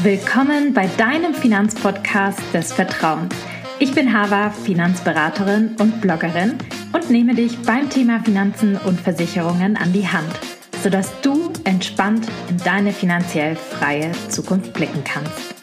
Willkommen bei deinem Finanzpodcast des Vertrauens. Ich bin Hava, Finanzberaterin und Bloggerin und nehme dich beim Thema Finanzen und Versicherungen an die Hand, sodass du entspannt in deine finanziell freie Zukunft blicken kannst.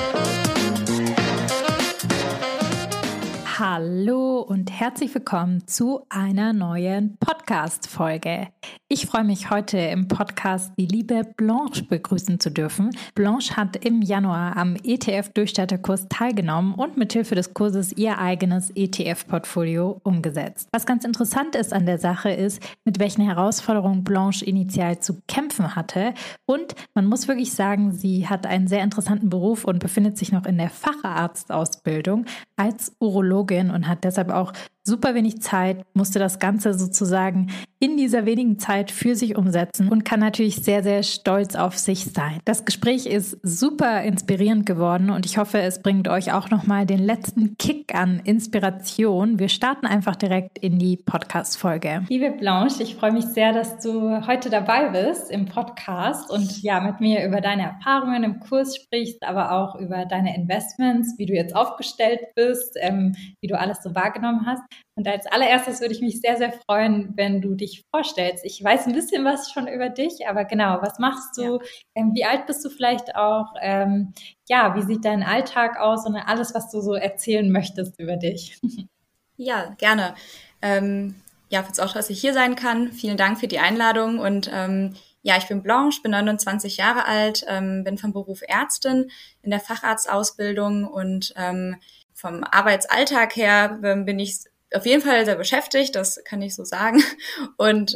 Hallo und herzlich willkommen zu einer neuen Podcast-Folge. Ich freue mich heute im Podcast die liebe Blanche begrüßen zu dürfen. Blanche hat im Januar am ETF-Durchstarterkurs teilgenommen und mithilfe des Kurses ihr eigenes ETF-Portfolio umgesetzt. Was ganz interessant ist an der Sache ist, mit welchen Herausforderungen Blanche initial zu kämpfen hatte. Und man muss wirklich sagen, sie hat einen sehr interessanten Beruf und befindet sich noch in der Facharztausbildung als Urologin und hat deshalb auch super wenig Zeit, musste das Ganze sozusagen in dieser wenigen Zeit für sich umsetzen und kann natürlich sehr, sehr stolz auf sich sein. Das Gespräch ist super inspirierend geworden und ich hoffe, es bringt euch auch nochmal den letzten Kick an Inspiration. Wir starten einfach direkt in die Podcast-Folge. Liebe Blanche, ich freue mich sehr, dass du heute dabei bist im Podcast und ja, mit mir über deine Erfahrungen im Kurs sprichst, aber auch über deine Investments, wie du jetzt aufgestellt bist, wie du alles so wahrgenommen hast. Und als allererstes würde ich mich sehr, sehr freuen, wenn du dich vorstellst. Ich weiß ein bisschen was schon über dich, aber genau, was machst du? Ja. Wie alt bist du vielleicht auch? Wie sieht dein Alltag aus? Und alles, was du so erzählen möchtest über dich. Ja, gerne. Ich finde es auch, dass ich hier sein kann. Vielen Dank für die Einladung. Und ich bin Blanche, bin 29 Jahre alt, bin vom Beruf Ärztin in der Facharztausbildung und vom Arbeitsalltag her bin ich auf jeden Fall sehr beschäftigt, das kann ich so sagen. Und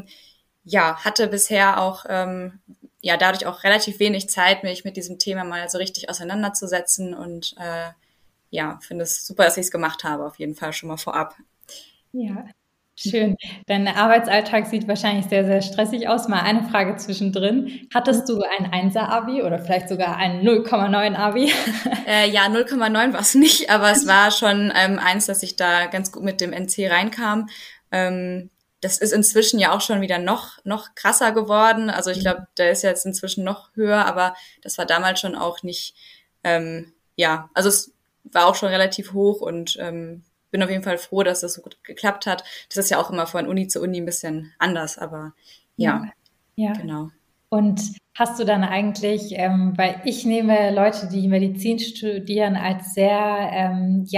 hatte bisher auch dadurch auch relativ wenig Zeit, mich mit diesem Thema mal so richtig auseinanderzusetzen. Und finde es super, dass ich es gemacht habe, auf jeden Fall schon mal vorab. Ja. Schön. Dein Arbeitsalltag sieht wahrscheinlich sehr, sehr stressig aus. Mal eine Frage zwischendrin. Hattest du ein 1er-Abi oder vielleicht sogar ein 0,9-Abi? 0,9 war es nicht, aber es war schon eins, dass ich da ganz gut mit dem NC reinkam. Das ist inzwischen ja auch schon wieder noch krasser geworden. Also ich glaube, der ist jetzt inzwischen noch höher, aber das war damals schon auch nicht, also es war auch schon relativ hoch und bin auf jeden Fall froh, dass das so gut geklappt hat. Das ist ja auch immer von Uni zu Uni ein bisschen anders, aber ja. Genau. Und hast du dann eigentlich, weil ich nehme Leute, die Medizin studieren, als sehr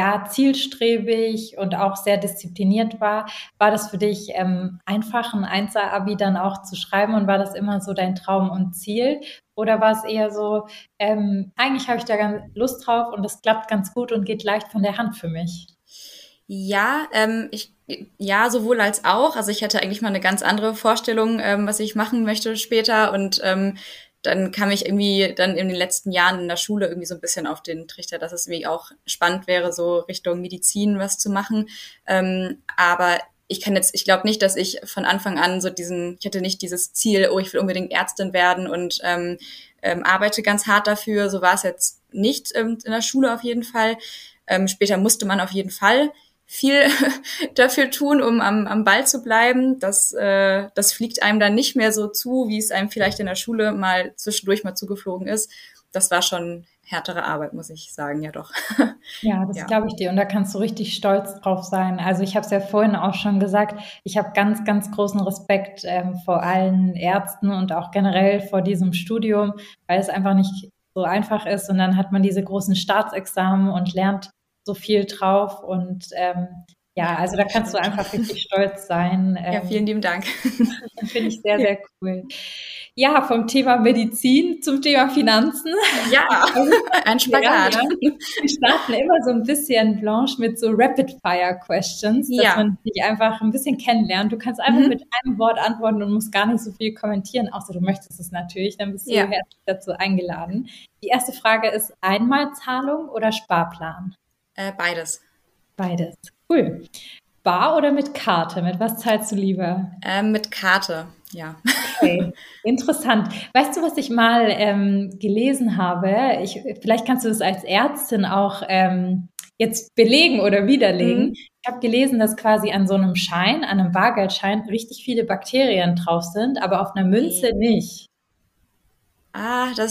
zielstrebig und auch sehr diszipliniert war das für dich einfach, ein 1er-Abi dann auch zu schreiben und war das immer so dein Traum und Ziel? Oder war es eher so, eigentlich habe ich da ganz Lust drauf und das klappt ganz gut und geht leicht von der Hand für mich? Ja, sowohl als auch. Also ich hätte eigentlich mal eine ganz andere Vorstellung, was ich machen möchte später. Und dann kam ich irgendwie dann in den letzten Jahren in der Schule irgendwie so ein bisschen auf den Trichter, dass es irgendwie auch spannend wäre, so Richtung Medizin was zu machen. Aber ich glaube nicht, dass ich von Anfang an ich hatte nicht dieses Ziel, ich will unbedingt Ärztin werden und arbeite ganz hart dafür. So war es jetzt nicht in der Schule auf jeden Fall. Später musste man auf jeden Fall viel dafür tun, um am Ball zu bleiben. Das fliegt einem dann nicht mehr so zu, wie es einem vielleicht in der Schule mal zwischendurch mal zugeflogen ist. Das war schon härtere Arbeit, muss ich sagen, ja doch. Ja, das glaube ich dir. Und da kannst du richtig stolz drauf sein. Also ich habe es ja vorhin auch schon gesagt, ich habe ganz, ganz großen Respekt vor allen Ärzten und auch generell vor diesem Studium, weil es einfach nicht so einfach ist. Und dann hat man diese großen Staatsexamen und lernt so viel drauf und also da kannst du einfach richtig stolz sein. Vielen lieben Dank. Finde ich sehr, sehr cool. Ja, vom Thema Medizin zum Thema Finanzen. Ja, ein Spagat. Wir starten immer so ein bisschen, Blanche, mit so Rapid-Fire-Questions, dass man dich einfach ein bisschen kennenlernt. Du kannst einfach mit einem Wort antworten und musst gar nicht so viel kommentieren, außer du möchtest es natürlich, dann bist du herzlich dazu eingeladen. Die erste Frage ist Einmalzahlung oder Sparplan? Beides. Beides. Cool. Bar oder mit Karte? Mit was zahlst du lieber? Mit Karte, ja. Okay, interessant. Weißt du, was ich mal gelesen habe? Vielleicht kannst du das als Ärztin auch jetzt belegen oder widerlegen. Ich habe gelesen, dass quasi an so einem Schein, an einem Bargeldschein, richtig viele Bakterien drauf sind, aber auf einer Münze nicht. Das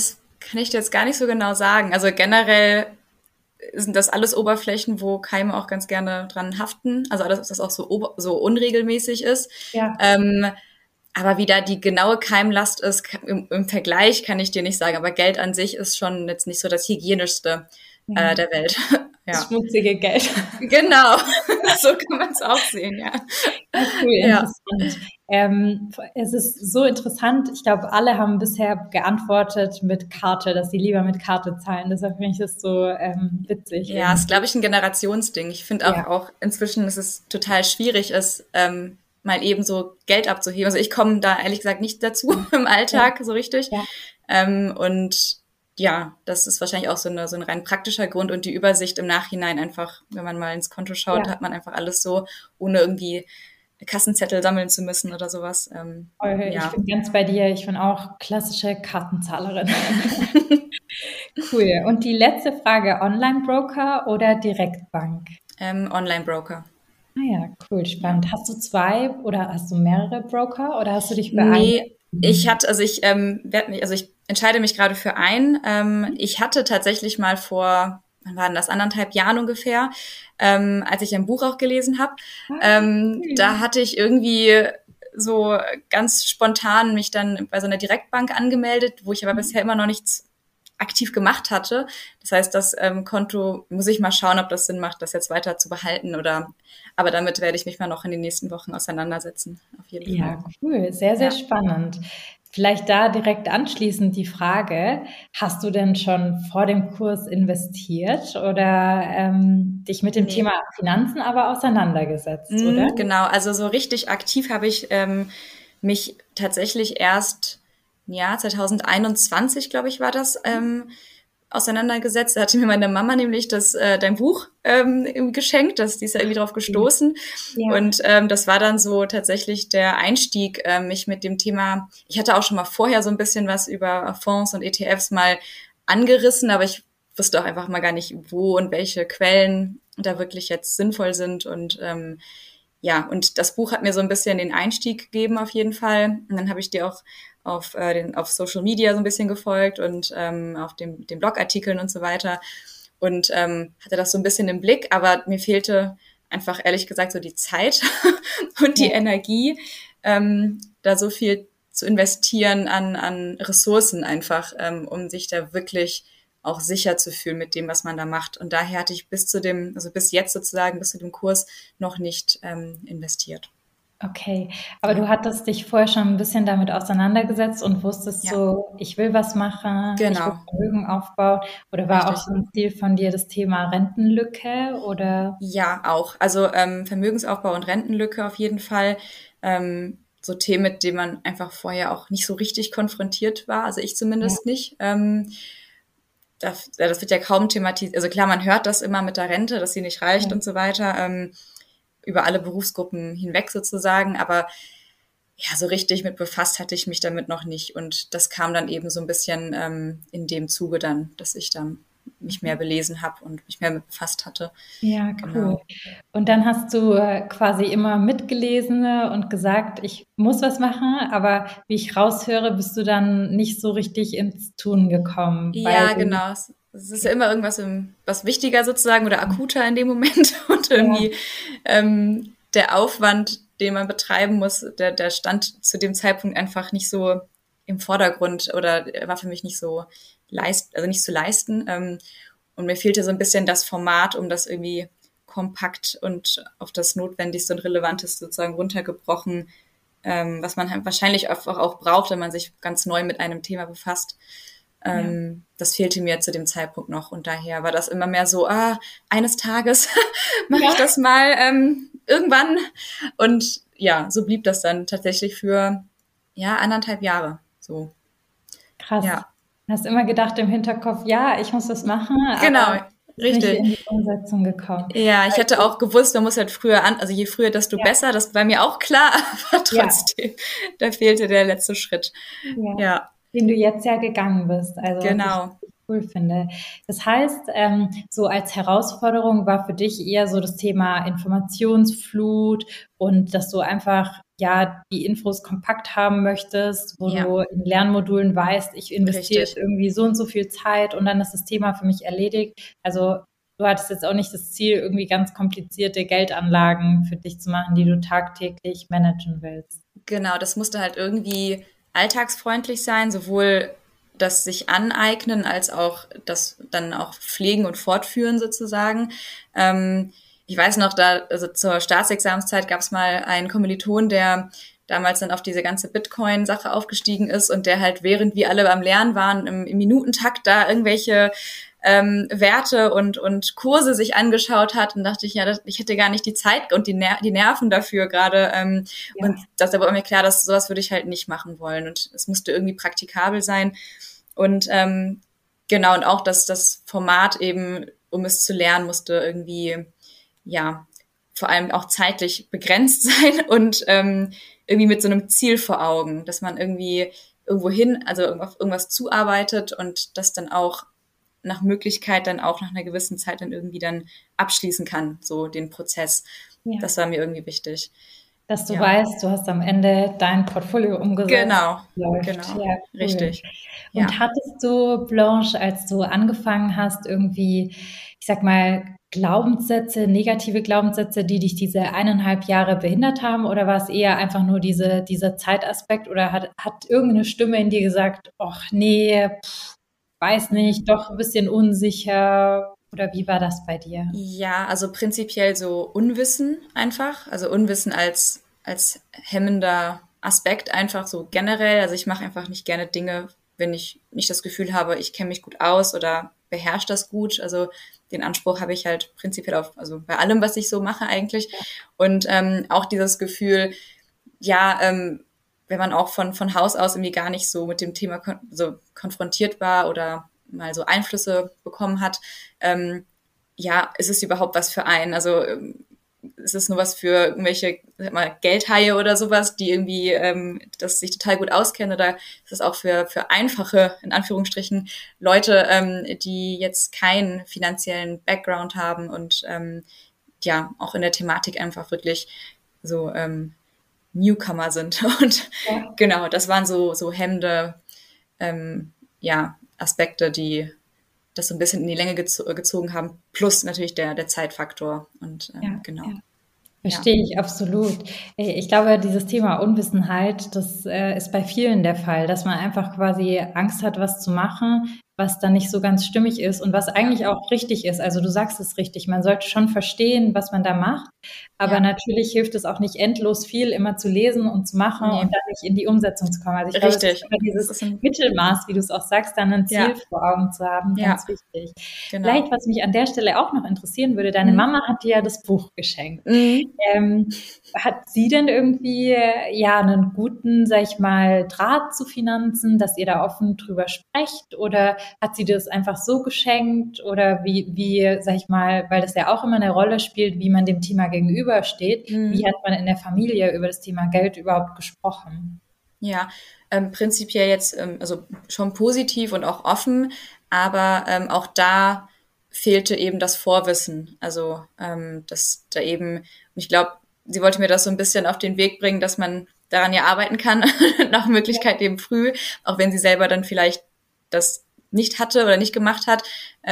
kann ich dir jetzt gar nicht so genau sagen. Also generell sind das alles Oberflächen, wo Keime auch ganz gerne dran haften. Also alles, was das auch so unregelmäßig ist. Ja. Aber wie da die genaue Keimlast ist, im Vergleich kann ich dir nicht sagen. Aber Geld an sich ist schon jetzt nicht so das hygienischste der Welt. Das schmutzige Geld. Genau, so kann man es auch sehen, ja. Cool, interessant. Es ist so interessant. Ich glaube, alle haben bisher geantwortet mit Karte, dass sie lieber mit Karte zahlen. Deshalb finde ich das so witzig. Ja, ist, glaube ich, ein Generationsding. Ich finde auch inzwischen ist es total schwierig, mal eben so Geld abzuheben. Also ich komme da ehrlich gesagt nicht dazu im Alltag so richtig. Ja. Und ja, das ist wahrscheinlich auch so ein rein praktischer Grund und die Übersicht im Nachhinein einfach, wenn man mal ins Konto schaut, hat man einfach alles so, ohne irgendwie Kassenzettel sammeln zu müssen oder sowas. Ich bin ganz bei dir. Ich bin auch klassische Kartenzahlerin. Cool. Und die letzte Frage, Online-Broker oder Direktbank? Online-Broker. Ah ja, cool, spannend. Hast du 2 oder hast du mehrere Broker oder hast du dich für einen? Ich entscheide mich gerade für einen. Ich hatte tatsächlich mal vor, wann waren das, 1,5 Jahren ungefähr, als ich ein Buch auch gelesen habe. Da hatte ich irgendwie so ganz spontan mich dann bei so einer Direktbank angemeldet, wo ich aber bisher immer noch nichts aktiv gemacht hatte. Das heißt, das Konto muss ich mal schauen, ob das Sinn macht, das jetzt weiter zu behalten aber damit werde ich mich mal noch in den nächsten Wochen auseinandersetzen. Auf jeden Fall. Ja, cool. Sehr, sehr spannend. Vielleicht da direkt anschließend die Frage, hast du denn schon vor dem Kurs investiert oder dich mit dem Thema Finanzen aber auseinandergesetzt, oder? Genau, also so richtig aktiv habe ich mich tatsächlich erst 2021, glaube ich, war das, auseinandergesetzt. Da hatte mir meine Mama nämlich dein Buch geschenkt, die ist ja irgendwie drauf gestoßen. Ja. Und das war dann so tatsächlich der Einstieg, mich mit dem Thema, ich hatte auch schon mal vorher so ein bisschen was über Fonds und ETFs mal angerissen, aber ich wusste auch einfach mal gar nicht, wo und welche Quellen da wirklich jetzt sinnvoll sind und und das Buch hat mir so ein bisschen den Einstieg gegeben auf jeden Fall. Und dann habe ich dir auch auf Social Media so ein bisschen gefolgt und auf den Blogartikeln und so weiter und hatte das so ein bisschen im Blick, aber mir fehlte einfach ehrlich gesagt so die Zeit und die Energie, da so viel zu investieren an Ressourcen einfach, um sich da wirklich auch sicher zu fühlen mit dem, was man da macht. Und daher hatte ich bis zu dem Kurs noch nicht investiert. Okay, aber du hattest dich vorher schon ein bisschen damit auseinandergesetzt und wusstest so, ich will was machen, ich will Vermögen aufbauen. Oder war auch so ein Ziel von dir das Thema Rentenlücke oder? Ja, auch. Also Vermögensaufbau und Rentenlücke auf jeden Fall. So Themen, mit denen man einfach vorher auch nicht so richtig konfrontiert war. Also ich zumindest nicht. Das wird ja kaum thematisiert. Also klar, man hört das immer mit der Rente, dass sie nicht reicht und so weiter. Über alle Berufsgruppen hinweg sozusagen, aber ja, so richtig mit befasst hatte ich mich damit noch nicht und das kam dann eben so ein bisschen in dem Zuge dann, dass ich dann mich mehr belesen habe und mich mehr mit befasst hatte. Ja, cool. Genau. Und dann hast du quasi immer mitgelesen und gesagt, ich muss was machen, aber wie ich raushöre, bist du dann nicht so richtig ins Tun gekommen. Ja, genau. Es ist ja immer irgendwas, was wichtiger sozusagen oder akuter in dem Moment und irgendwie der Aufwand, den man betreiben muss, der stand zu dem Zeitpunkt einfach nicht so im Vordergrund oder war für mich nicht so nicht zu leisten. Und mir fehlte so ein bisschen das Format, um das irgendwie kompakt und auf das Notwendigste und Relevanteste sozusagen runtergebrochen, was man halt wahrscheinlich einfach auch braucht, wenn man sich ganz neu mit einem Thema befasst. Das fehlte mir zu dem Zeitpunkt noch und daher war das immer mehr so, eines Tages mache ich das mal irgendwann und ja, so blieb das dann tatsächlich für 1,5 Jahre so. Krass. Ja. Hast immer gedacht im Hinterkopf, ja, ich muss das machen, genau, richtig. Nicht in die Umsetzung gekommen. Ja, ich hätte auch gewusst, man muss halt früher also je früher, desto besser, das war mir auch klar, aber trotzdem, da fehlte der letzte Schritt. Ja. Den du jetzt ja gegangen bist. Also genau. cool finde. Das heißt, so als Herausforderung war für dich eher so das Thema Informationsflut und dass du einfach ja die Infos kompakt haben möchtest, wo Ja, du in Lernmodulen weißt, ich investiere jetzt richtig. irgendwie so und so viel Zeit und dann ist das Thema für mich erledigt. Also du hattest jetzt auch nicht das Ziel, irgendwie ganz komplizierte Geldanlagen für dich zu machen, die du tagtäglich managen willst. Genau, das musste halt irgendwie alltagsfreundlich sein, sowohl das sich aneignen als auch das dann auch pflegen und fortführen sozusagen. Ich weiß noch, also zur Staatsexamenszeit gab es mal einen Kommiliton, der damals dann auf diese ganze Bitcoin-Sache aufgestiegen ist und der halt, während wir alle beim Lernen waren, im Minutentakt da irgendwelche Werte und Kurse sich angeschaut hat und dachte ich, ja, ich hätte gar nicht die Zeit und die Nerven dafür gerade. Ja. Und da war mir klar, dass sowas würde ich halt nicht machen wollen. Und es musste irgendwie praktikabel sein. Und genau, und auch, dass das Format eben, um es zu lernen, musste irgendwie, ja, vor allem auch zeitlich begrenzt sein und irgendwie mit so einem Ziel vor Augen, dass man irgendwie irgendwo hin, also auf irgendwas zuarbeitet und das dann auch nach Möglichkeit dann auch nach einer gewissen Zeit dann irgendwie dann abschließen kann, so den Prozess. Ja. Das war mir irgendwie wichtig. Dass du Ja, weißt, du hast am Ende dein Portfolio umgesetzt. genau, Läuft. genau, Ja, cool. richtig. Ja. Und hattest du, Blanche, als du angefangen hast, irgendwie, ich sag mal, Glaubenssätze, negative Glaubenssätze, die dich diese 1,5 Jahre behindert haben? Oder war es eher einfach nur dieser Zeitaspekt? Oder hat irgendeine Stimme in dir gesagt, ach nee, weiß nicht, doch ein bisschen unsicher? Oder wie war das bei dir? Ja, also prinzipiell so Unwissen einfach, also Unwissen als hemmender Aspekt einfach so generell. Also ich mache einfach nicht gerne Dinge, wenn ich nicht das Gefühl habe, ich kenne mich gut aus oder beherrsche das gut. Also den Anspruch habe ich halt prinzipiell also bei allem, was ich so mache eigentlich. Und auch dieses Gefühl, ja, wenn man auch von Haus aus irgendwie gar nicht so mit dem Thema so konfrontiert war oder mal so Einflüsse bekommen hat, ja, ist es überhaupt was für einen? Also ist es nur was für irgendwelche, sag mal, Geldhaie oder sowas, die irgendwie das sich total gut auskennen, oder ist es auch für einfache, in Anführungsstrichen, Leute, die jetzt keinen finanziellen Background haben und ja, auch in der Thematik einfach wirklich so Newcomer sind. Und Ja. genau, das waren so hemmende ja, Aspekte, die das so ein bisschen in die Länge gezogen haben, plus natürlich der Zeitfaktor. Und Ja, genau, ja. ja. Verstehe ich absolut. Ich glaube, dieses Thema Unwissenheit, das ist bei vielen der Fall, dass man einfach quasi Angst hat, was zu machen, was dann nicht so ganz stimmig ist und was Ja, eigentlich auch richtig ist. Also du sagst es richtig, man sollte schon verstehen, was man da macht, aber ja, natürlich hilft es auch nicht endlos viel immer zu lesen und zu machen und nee, dann nicht in die Umsetzung zu kommen. Also ich glaube, es ist richtig. immer Das dieses ist ein, Mittelmaß, wie du es auch sagst, dann ein Ziel ja, vor Augen zu haben, ja, ganz wichtig. genau. Vielleicht, was mich an der Stelle auch noch interessieren würde, deine Mhm. Mama hat dir ja das Buch geschenkt. Mhm. Ähm, hat sie denn irgendwie ja einen guten, sag ich mal, Draht zu Finanzen, dass ihr da offen drüber sprecht? Oder hat sie dir das einfach so geschenkt? Oder wie, sag ich mal, weil das ja auch immer eine Rolle spielt, wie man dem Thema gegenübersteht. Wie Mhm. hat man in der Familie über das Thema Geld überhaupt gesprochen? Ja, prinzipiell jetzt also schon positiv und auch offen, aber auch da fehlte eben das Vorwissen. Also dass da eben, und ich glaube, sie wollte mir das so ein bisschen auf den Weg bringen, dass man daran ja arbeiten kann, nach Möglichkeit eben früh, auch wenn sie selber dann vielleicht das nicht hatte oder nicht gemacht hat.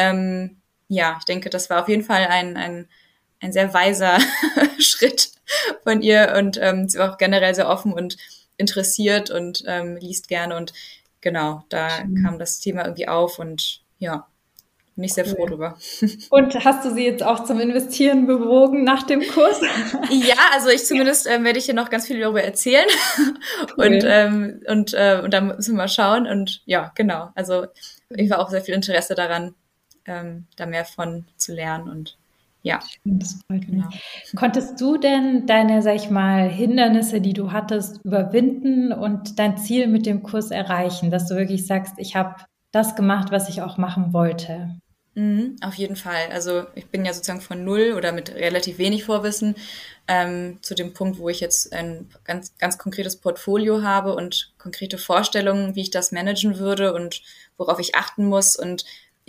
Ja, ich denke, das war auf jeden Fall ein sehr weiser Schritt von ihr, und sie war auch generell sehr offen und interessiert und liest gerne, und genau, da kam Schön, das Thema irgendwie auf, und ja, bin ich sehr froh cool. drüber. Und hast du sie jetzt auch zum Investieren bewogen nach dem Kurs? Ja, also ich zumindest werde ich dir noch ganz viel darüber erzählen und Cool. und dann müssen wir mal schauen, und ja, genau, also ich war auch sehr viel Interesse daran, da mehr von zu lernen, und ja, Das freut mich. genau. Konntest du denn deine, sag ich mal, Hindernisse, die du hattest, überwinden und dein Ziel mit dem Kurs erreichen, dass du wirklich sagst, ich habe das gemacht, was ich auch machen wollte? Mhm, auf jeden Fall. Also ich bin ja sozusagen von null oder mit relativ wenig Vorwissen zu dem Punkt, wo ich jetzt ein ganz konkretes Portfolio habe und konkrete Vorstellungen, wie ich das managen würde und worauf ich achten muss. Und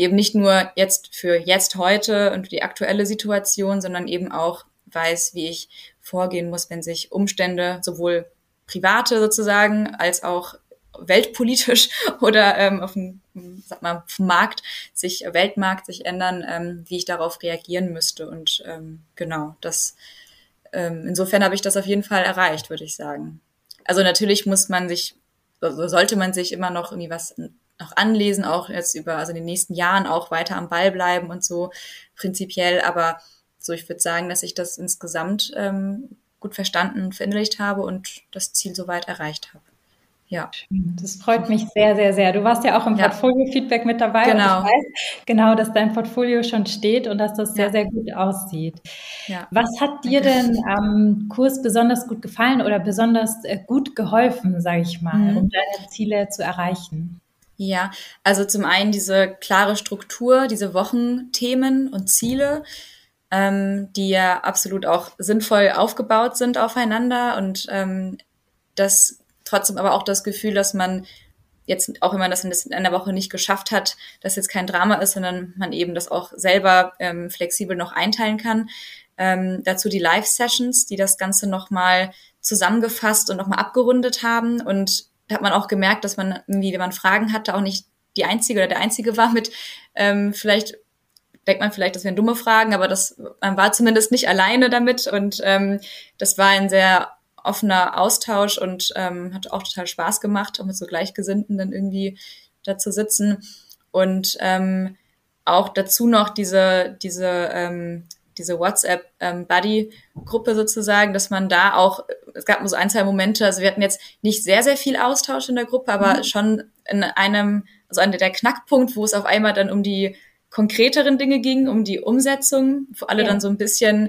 eben nicht nur jetzt für jetzt, heute und die aktuelle Situation, sondern eben auch weiß, wie ich vorgehen muss, wenn sich Umstände, sowohl private sozusagen, als auch weltpolitisch oder auf dem, sag mal, Weltmarkt sich ändern, wie ich darauf reagieren müsste. Und genau, insofern habe ich das auf jeden Fall erreicht, würde ich sagen. Also natürlich sollte man sich immer noch irgendwie was noch anlesen, auch jetzt also in den nächsten Jahren auch weiter am Ball bleiben und so prinzipiell. Aber so, ich würde sagen, dass ich das insgesamt gut verstanden und verinnerlicht habe und das Ziel soweit erreicht habe. Ja. Das freut mich sehr, sehr, sehr. Du warst ja auch im Portfolio-Feedback mit dabei Genau. Und ich weiß genau, dass dein Portfolio schon steht und dass das sehr, sehr gut aussieht. Ja. Was hat dir denn am Kurs besonders gut gefallen oder besonders gut geholfen, sage ich mal, um deine Ziele zu erreichen? Ja, also zum einen diese klare Struktur, diese Wochenthemen und Ziele, die ja absolut auch sinnvoll aufgebaut sind aufeinander und das trotzdem aber auch das Gefühl, dass man jetzt, auch wenn man das in einer Woche nicht geschafft hat, dass jetzt kein Drama ist, sondern man eben das auch selber flexibel noch einteilen kann. Dazu die Live-Sessions, die das Ganze nochmal zusammengefasst und nochmal abgerundet haben. Und da hat man auch gemerkt, dass man irgendwie, wenn man Fragen hatte, auch nicht die Einzige oder der Einzige war mit vielleicht denkt man vielleicht, das wären dumme Fragen, aber man war zumindest nicht alleine damit und das war ein sehr offener Austausch und hat auch total Spaß gemacht, auch mit so Gleichgesinnten dann irgendwie da zu sitzen und auch dazu noch diese WhatsApp-Buddy-Gruppe sozusagen, dass man da auch, es gab nur so 1, 2 Momente, also wir hatten jetzt nicht sehr, sehr viel Austausch in der Gruppe, aber schon in an der Knackpunkt, wo es auf einmal dann um die konkreteren Dinge ging, um die Umsetzung, wo alle dann so ein bisschen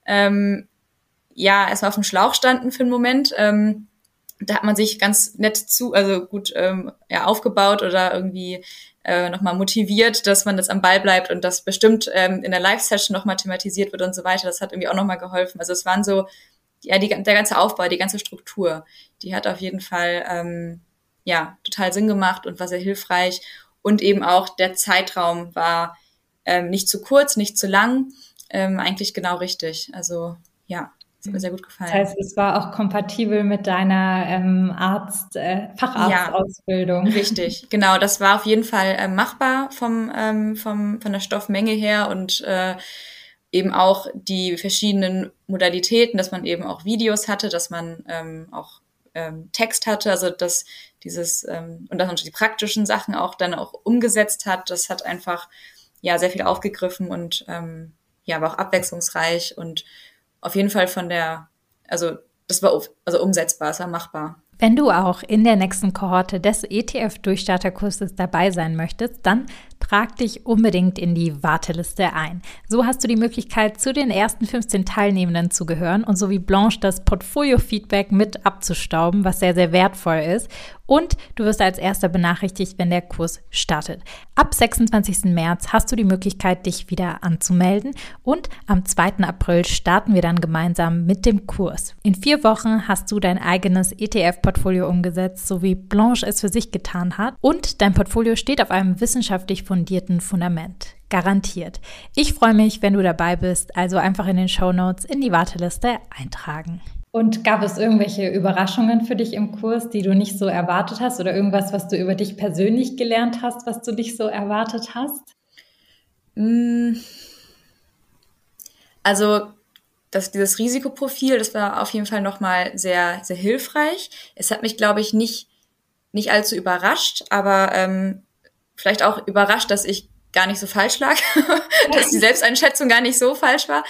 erstmal auf dem Schlauch standen für einen Moment. Da hat man sich ganz nett gut aufgebaut oder irgendwie nochmal motiviert, dass man das am Ball bleibt und das bestimmt in der Live-Session nochmal thematisiert wird und so weiter. Das hat irgendwie auch nochmal geholfen. Also es waren so, der ganze Aufbau, die ganze Struktur, die hat auf jeden Fall total Sinn gemacht und war sehr hilfreich. Und eben auch der Zeitraum war nicht zu kurz, nicht zu lang, eigentlich genau richtig. Also ja, das hat mir sehr gut gefallen. Das heißt, es war auch kompatibel mit deiner Facharztausbildung. Ja, richtig, genau. Das war auf jeden Fall machbar von der Stoffmenge her und eben auch die verschiedenen Modalitäten, dass man eben auch Videos hatte, dass man auch Text hatte, also und dass man die praktischen Sachen auch dann auch umgesetzt hat. Das hat einfach sehr viel aufgegriffen und war auch abwechslungsreich und auf jeden Fall das war umsetzbar, es war machbar. Wenn du auch in der nächsten Kohorte des ETF-Durchstarterkurses dabei sein möchtest, dann trag dich unbedingt in die Warteliste ein. So hast du die Möglichkeit, zu den ersten 15 Teilnehmenden zu gehören und so wie Blanche das Portfolio-Feedback mit abzustauben, was sehr, sehr wertvoll ist. Und du wirst als Erster benachrichtigt, wenn der Kurs startet. Ab 26. März hast du die Möglichkeit, dich wieder anzumelden und am 2. April starten wir dann gemeinsam mit dem Kurs. In 4 Wochen hast du dein eigenes ETF-Portfolio umgesetzt, so wie Blanche es für sich getan hat und dein Portfolio steht auf einem wissenschaftlich fundierten Fundament. Garantiert. Ich freue mich, wenn du dabei bist, also einfach in den Shownotes in die Warteliste eintragen. Und gab es irgendwelche Überraschungen für dich im Kurs, die du nicht so erwartet hast oder irgendwas, was du über dich persönlich gelernt hast, was du nicht so erwartet hast? Also dieses Risikoprofil, das war auf jeden Fall nochmal sehr, sehr hilfreich. Es hat mich, glaube ich, nicht allzu überrascht, aber vielleicht auch überrascht, dass ich gar nicht so falsch lag, dass die Selbsteinschätzung gar nicht so falsch war.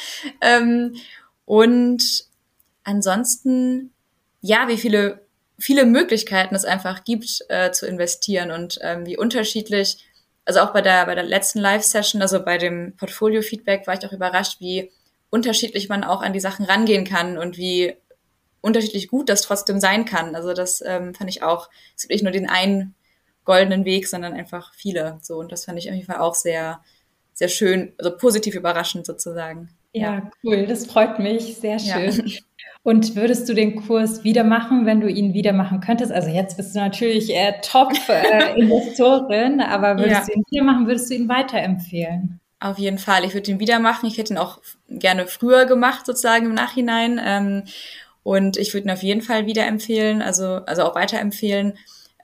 Und ansonsten, wie viele Möglichkeiten es einfach gibt, zu investieren und wie unterschiedlich, also auch bei der letzten Live-Session, also bei dem Portfolio-Feedback war ich auch überrascht, wie unterschiedlich man auch an die Sachen rangehen kann und wie unterschiedlich gut das trotzdem sein kann. Also das fand ich auch, es gibt nicht nur den einen goldenen Weg, sondern einfach viele. So, und das fand ich auf jeden Fall auch sehr, sehr schön, also positiv überraschend sozusagen. Ja, cool, das freut mich, sehr Ja. schön. Und würdest du den Kurs wieder machen, wenn du ihn wieder machen könntest? Also jetzt bist du natürlich Top-Investorin, aber würdest Ja, du ihn wieder machen, würdest du ihn weiterempfehlen? auf jeden Fall. Ich würde ihn wieder machen. Ich hätte ihn auch gerne früher gemacht, sozusagen im Nachhinein. Und ich würde ihn auf jeden Fall wieder empfehlen, also auch weiterempfehlen.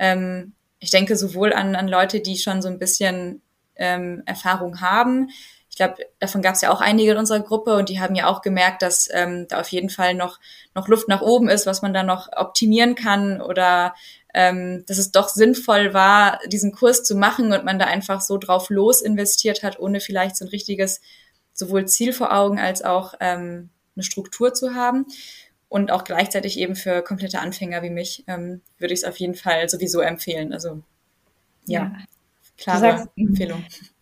Ich denke sowohl an Leute, die schon so ein bisschen Erfahrung haben. Ich glaube, davon gab es ja auch einige in unserer Gruppe und die haben ja auch gemerkt, dass da auf jeden Fall noch Luft nach oben ist, was man da noch optimieren kann oder dass es doch sinnvoll war, diesen Kurs zu machen und man da einfach so drauf los investiert hat, ohne vielleicht so ein richtiges sowohl Ziel vor Augen als auch eine Struktur zu haben. Und auch gleichzeitig eben für komplette Anfänger wie mich würde ich es auf jeden Fall sowieso empfehlen. Also ja, Ja, du klare sagst, Empfehlung.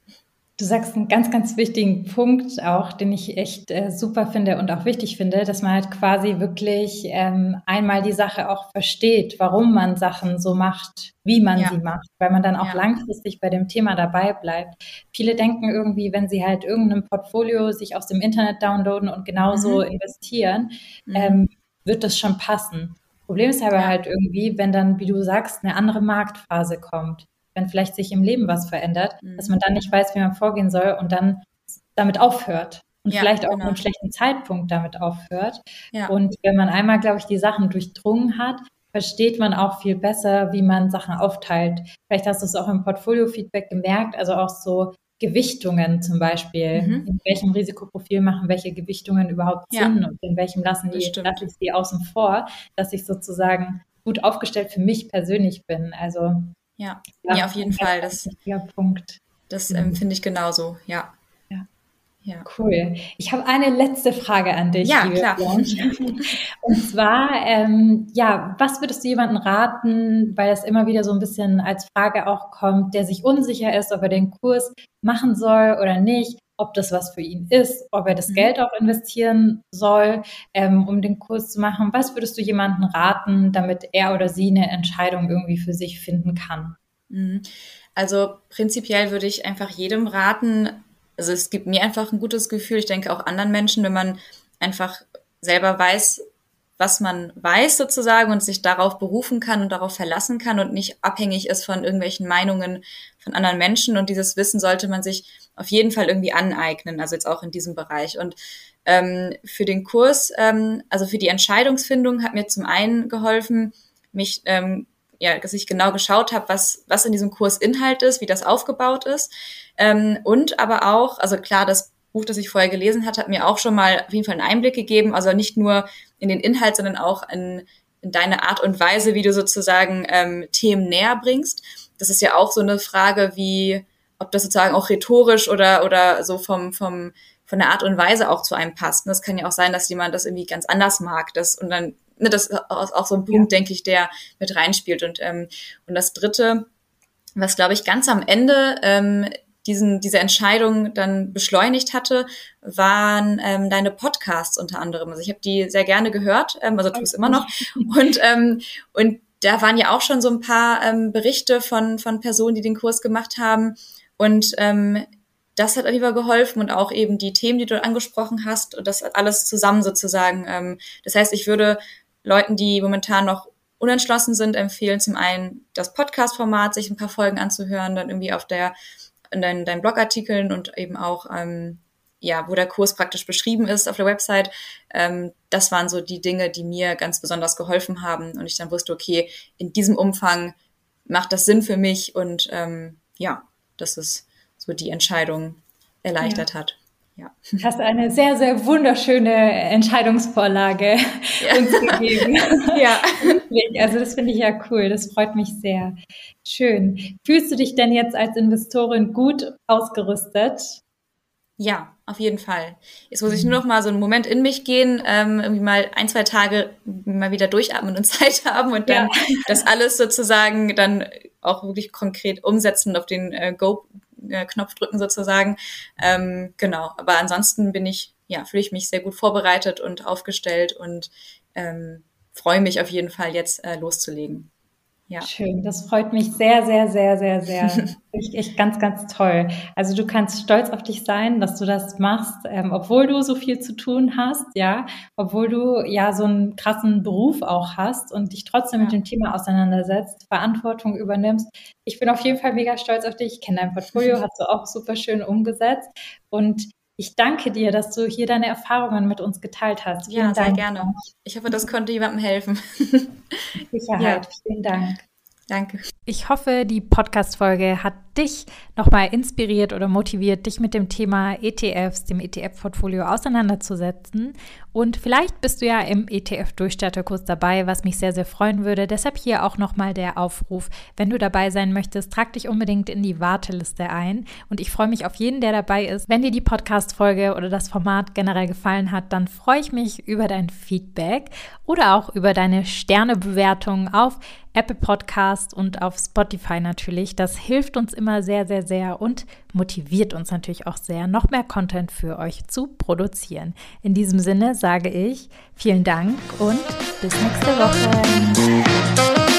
du sagst einen ganz, ganz wichtigen Punkt auch, den ich echt super finde und auch wichtig finde, dass man halt quasi wirklich einmal die Sache auch versteht, warum man Sachen so macht, wie man sie Ja, macht, weil man dann auch ja. langfristig bei dem Thema dabei bleibt. Viele denken irgendwie, wenn sie halt irgendein Portfolio sich aus dem Internet downloaden und genauso Mhm. investieren, Mhm. ähm, wird das schon passen. Problem ist aber Ja. halt irgendwie, wenn dann, wie du sagst, eine andere Marktphase kommt, wenn vielleicht sich im Leben was verändert, dass Mhm. man dann nicht weiß, wie man vorgehen soll und dann damit aufhört und Ja, vielleicht auch in einem genau. schlechten Zeitpunkt damit aufhört. Ja. Und wenn man einmal, glaube ich, die Sachen durchdrungen hat, versteht man auch viel besser, wie man Sachen aufteilt. Vielleicht hast du es auch im Portfolio-Feedback gemerkt, also auch so Gewichtungen zum Beispiel. Mhm. In welchem Risikoprofil machen welche Gewichtungen überhaupt Ja, Sinn und in welchem das lasse stimmt. ich sie außen vor, dass ich sozusagen gut aufgestellt für mich persönlich bin. Also Ja. Nee, ja, auf jeden ein ganz, Fall. ganz Das, wichtiger Punkt. das Mhm. finde ich genauso. Ja. Ja, Ja. cool. Ich habe eine letzte Frage an dich, Ja, liebe klar. Blanche. Und zwar, ja, was würdest du jemandem raten, weil das immer wieder so ein bisschen als Frage auch kommt, der sich unsicher ist, ob er den Kurs machen soll oder nicht, ob das was für ihn ist, ob er das Mhm. Geld auch investieren soll, um den Kurs zu machen. Was würdest du jemandem raten, damit er oder sie eine Entscheidung irgendwie für sich finden kann? Mhm. Also prinzipiell würde ich einfach jedem raten, also es gibt mir einfach ein gutes Gefühl, ich denke auch anderen Menschen, wenn man einfach selber weiß, was man weiß sozusagen und sich darauf berufen kann und darauf verlassen kann und nicht abhängig ist von irgendwelchen Meinungen von anderen Menschen. Und dieses Wissen sollte man sich auf jeden Fall irgendwie aneignen, also jetzt auch in diesem Bereich. Und für den Kurs, also für die Entscheidungsfindung hat mir zum einen geholfen, mich ja, dass ich genau geschaut habe, was in diesem Kurs Inhalt ist, wie das aufgebaut ist. Und aber auch, also klar, das Buch, das ich vorher gelesen hatte, hat mir auch schon mal auf jeden Fall einen Einblick gegeben, also nicht nur in den Inhalt, sondern auch in deine Art und Weise, wie du sozusagen Themen näher bringst. Das ist ja auch so eine Frage, wie, ob das sozusagen auch rhetorisch oder so von der Art und Weise auch zu einem passt. Und das kann ja auch sein, dass jemand das irgendwie ganz anders mag. Und dann, ne, das ist auch so ein Ja, Punkt, denke ich, der mit reinspielt. Und das Dritte, was, glaube ich, ganz am Ende diese Entscheidung dann beschleunigt hatte, waren deine Podcasts unter anderem. Also ich habe die sehr gerne gehört, also tue es immer noch. Und da waren ja auch schon so ein paar Berichte von Personen, die den Kurs gemacht haben. Und das hat Oliver geholfen und auch eben die Themen, die du angesprochen hast und das alles zusammen sozusagen. Das heißt, ich würde Leuten, die momentan noch unentschlossen sind, empfehlen zum einen das Podcast-Format, sich ein paar Folgen anzuhören, dann irgendwie in deinen Blogartikeln und eben auch ja, wo der Kurs praktisch beschrieben ist auf der Website. Das waren so die Dinge, die mir ganz besonders geholfen haben und ich dann wusste, okay, in diesem Umfang macht das Sinn für mich und ja, das ist so die Entscheidung ja. erleichtert hat. Ja. Hast eine sehr, sehr wunderschöne Entscheidungsvorlage Ja. uns gegeben. Ja. Wirklich. Also das finde ich ja cool. Das freut mich sehr. Schön. Fühlst du dich denn jetzt als Investorin gut ausgerüstet? Ja, auf jeden Fall. Jetzt muss ich nur noch mal so einen Moment in mich gehen, irgendwie mal ein, zwei Tage mal wieder durchatmen und Zeit haben und Ja, dann das alles sozusagen dann auch wirklich konkret umsetzen und auf den Go-Knopf drücken sozusagen. Genau. Aber ansonsten fühle ich mich sehr gut vorbereitet und aufgestellt und freue mich auf jeden Fall jetzt loszulegen. Ja. Schön, das freut mich sehr, sehr, sehr, sehr, sehr. Echt ganz, ganz toll. Also du kannst stolz auf dich sein, dass du das machst, obwohl du so viel zu tun hast, ja, obwohl du ja so einen krassen Beruf auch hast und dich trotzdem mit dem Thema auseinandersetzt, Verantwortung übernimmst. Ich bin auf jeden Fall mega stolz auf dich. Ich kenne dein Portfolio, hast du auch super schön umgesetzt. Und ich danke dir, dass du hier deine Erfahrungen mit uns geteilt hast. Vielen Sehr Dank. gerne. Ich hoffe, das konnte jemandem helfen. Sicherheit. Vielen Dank. Danke. Ich hoffe, die Podcast-Folge hat dich nochmal inspiriert oder motiviert, dich mit dem Thema ETFs, dem ETF-Portfolio auseinanderzusetzen. Und vielleicht bist du ja im ETF-Durchstarterkurs dabei, was mich sehr, sehr freuen würde. Deshalb hier auch nochmal der Aufruf. Wenn du dabei sein möchtest, trag dich unbedingt in die Warteliste ein. Und ich freue mich auf jeden, der dabei ist. Wenn dir die Podcast-Folge oder das Format generell gefallen hat, dann freue ich mich über dein Feedback oder auch über deine Sternebewertung auf Apple Podcast und auf Spotify natürlich. Das hilft uns immer sehr, sehr, sehr und motiviert uns natürlich auch sehr, noch mehr Content für euch zu produzieren. In diesem Sinne sage ich vielen Dank und bis nächste Woche.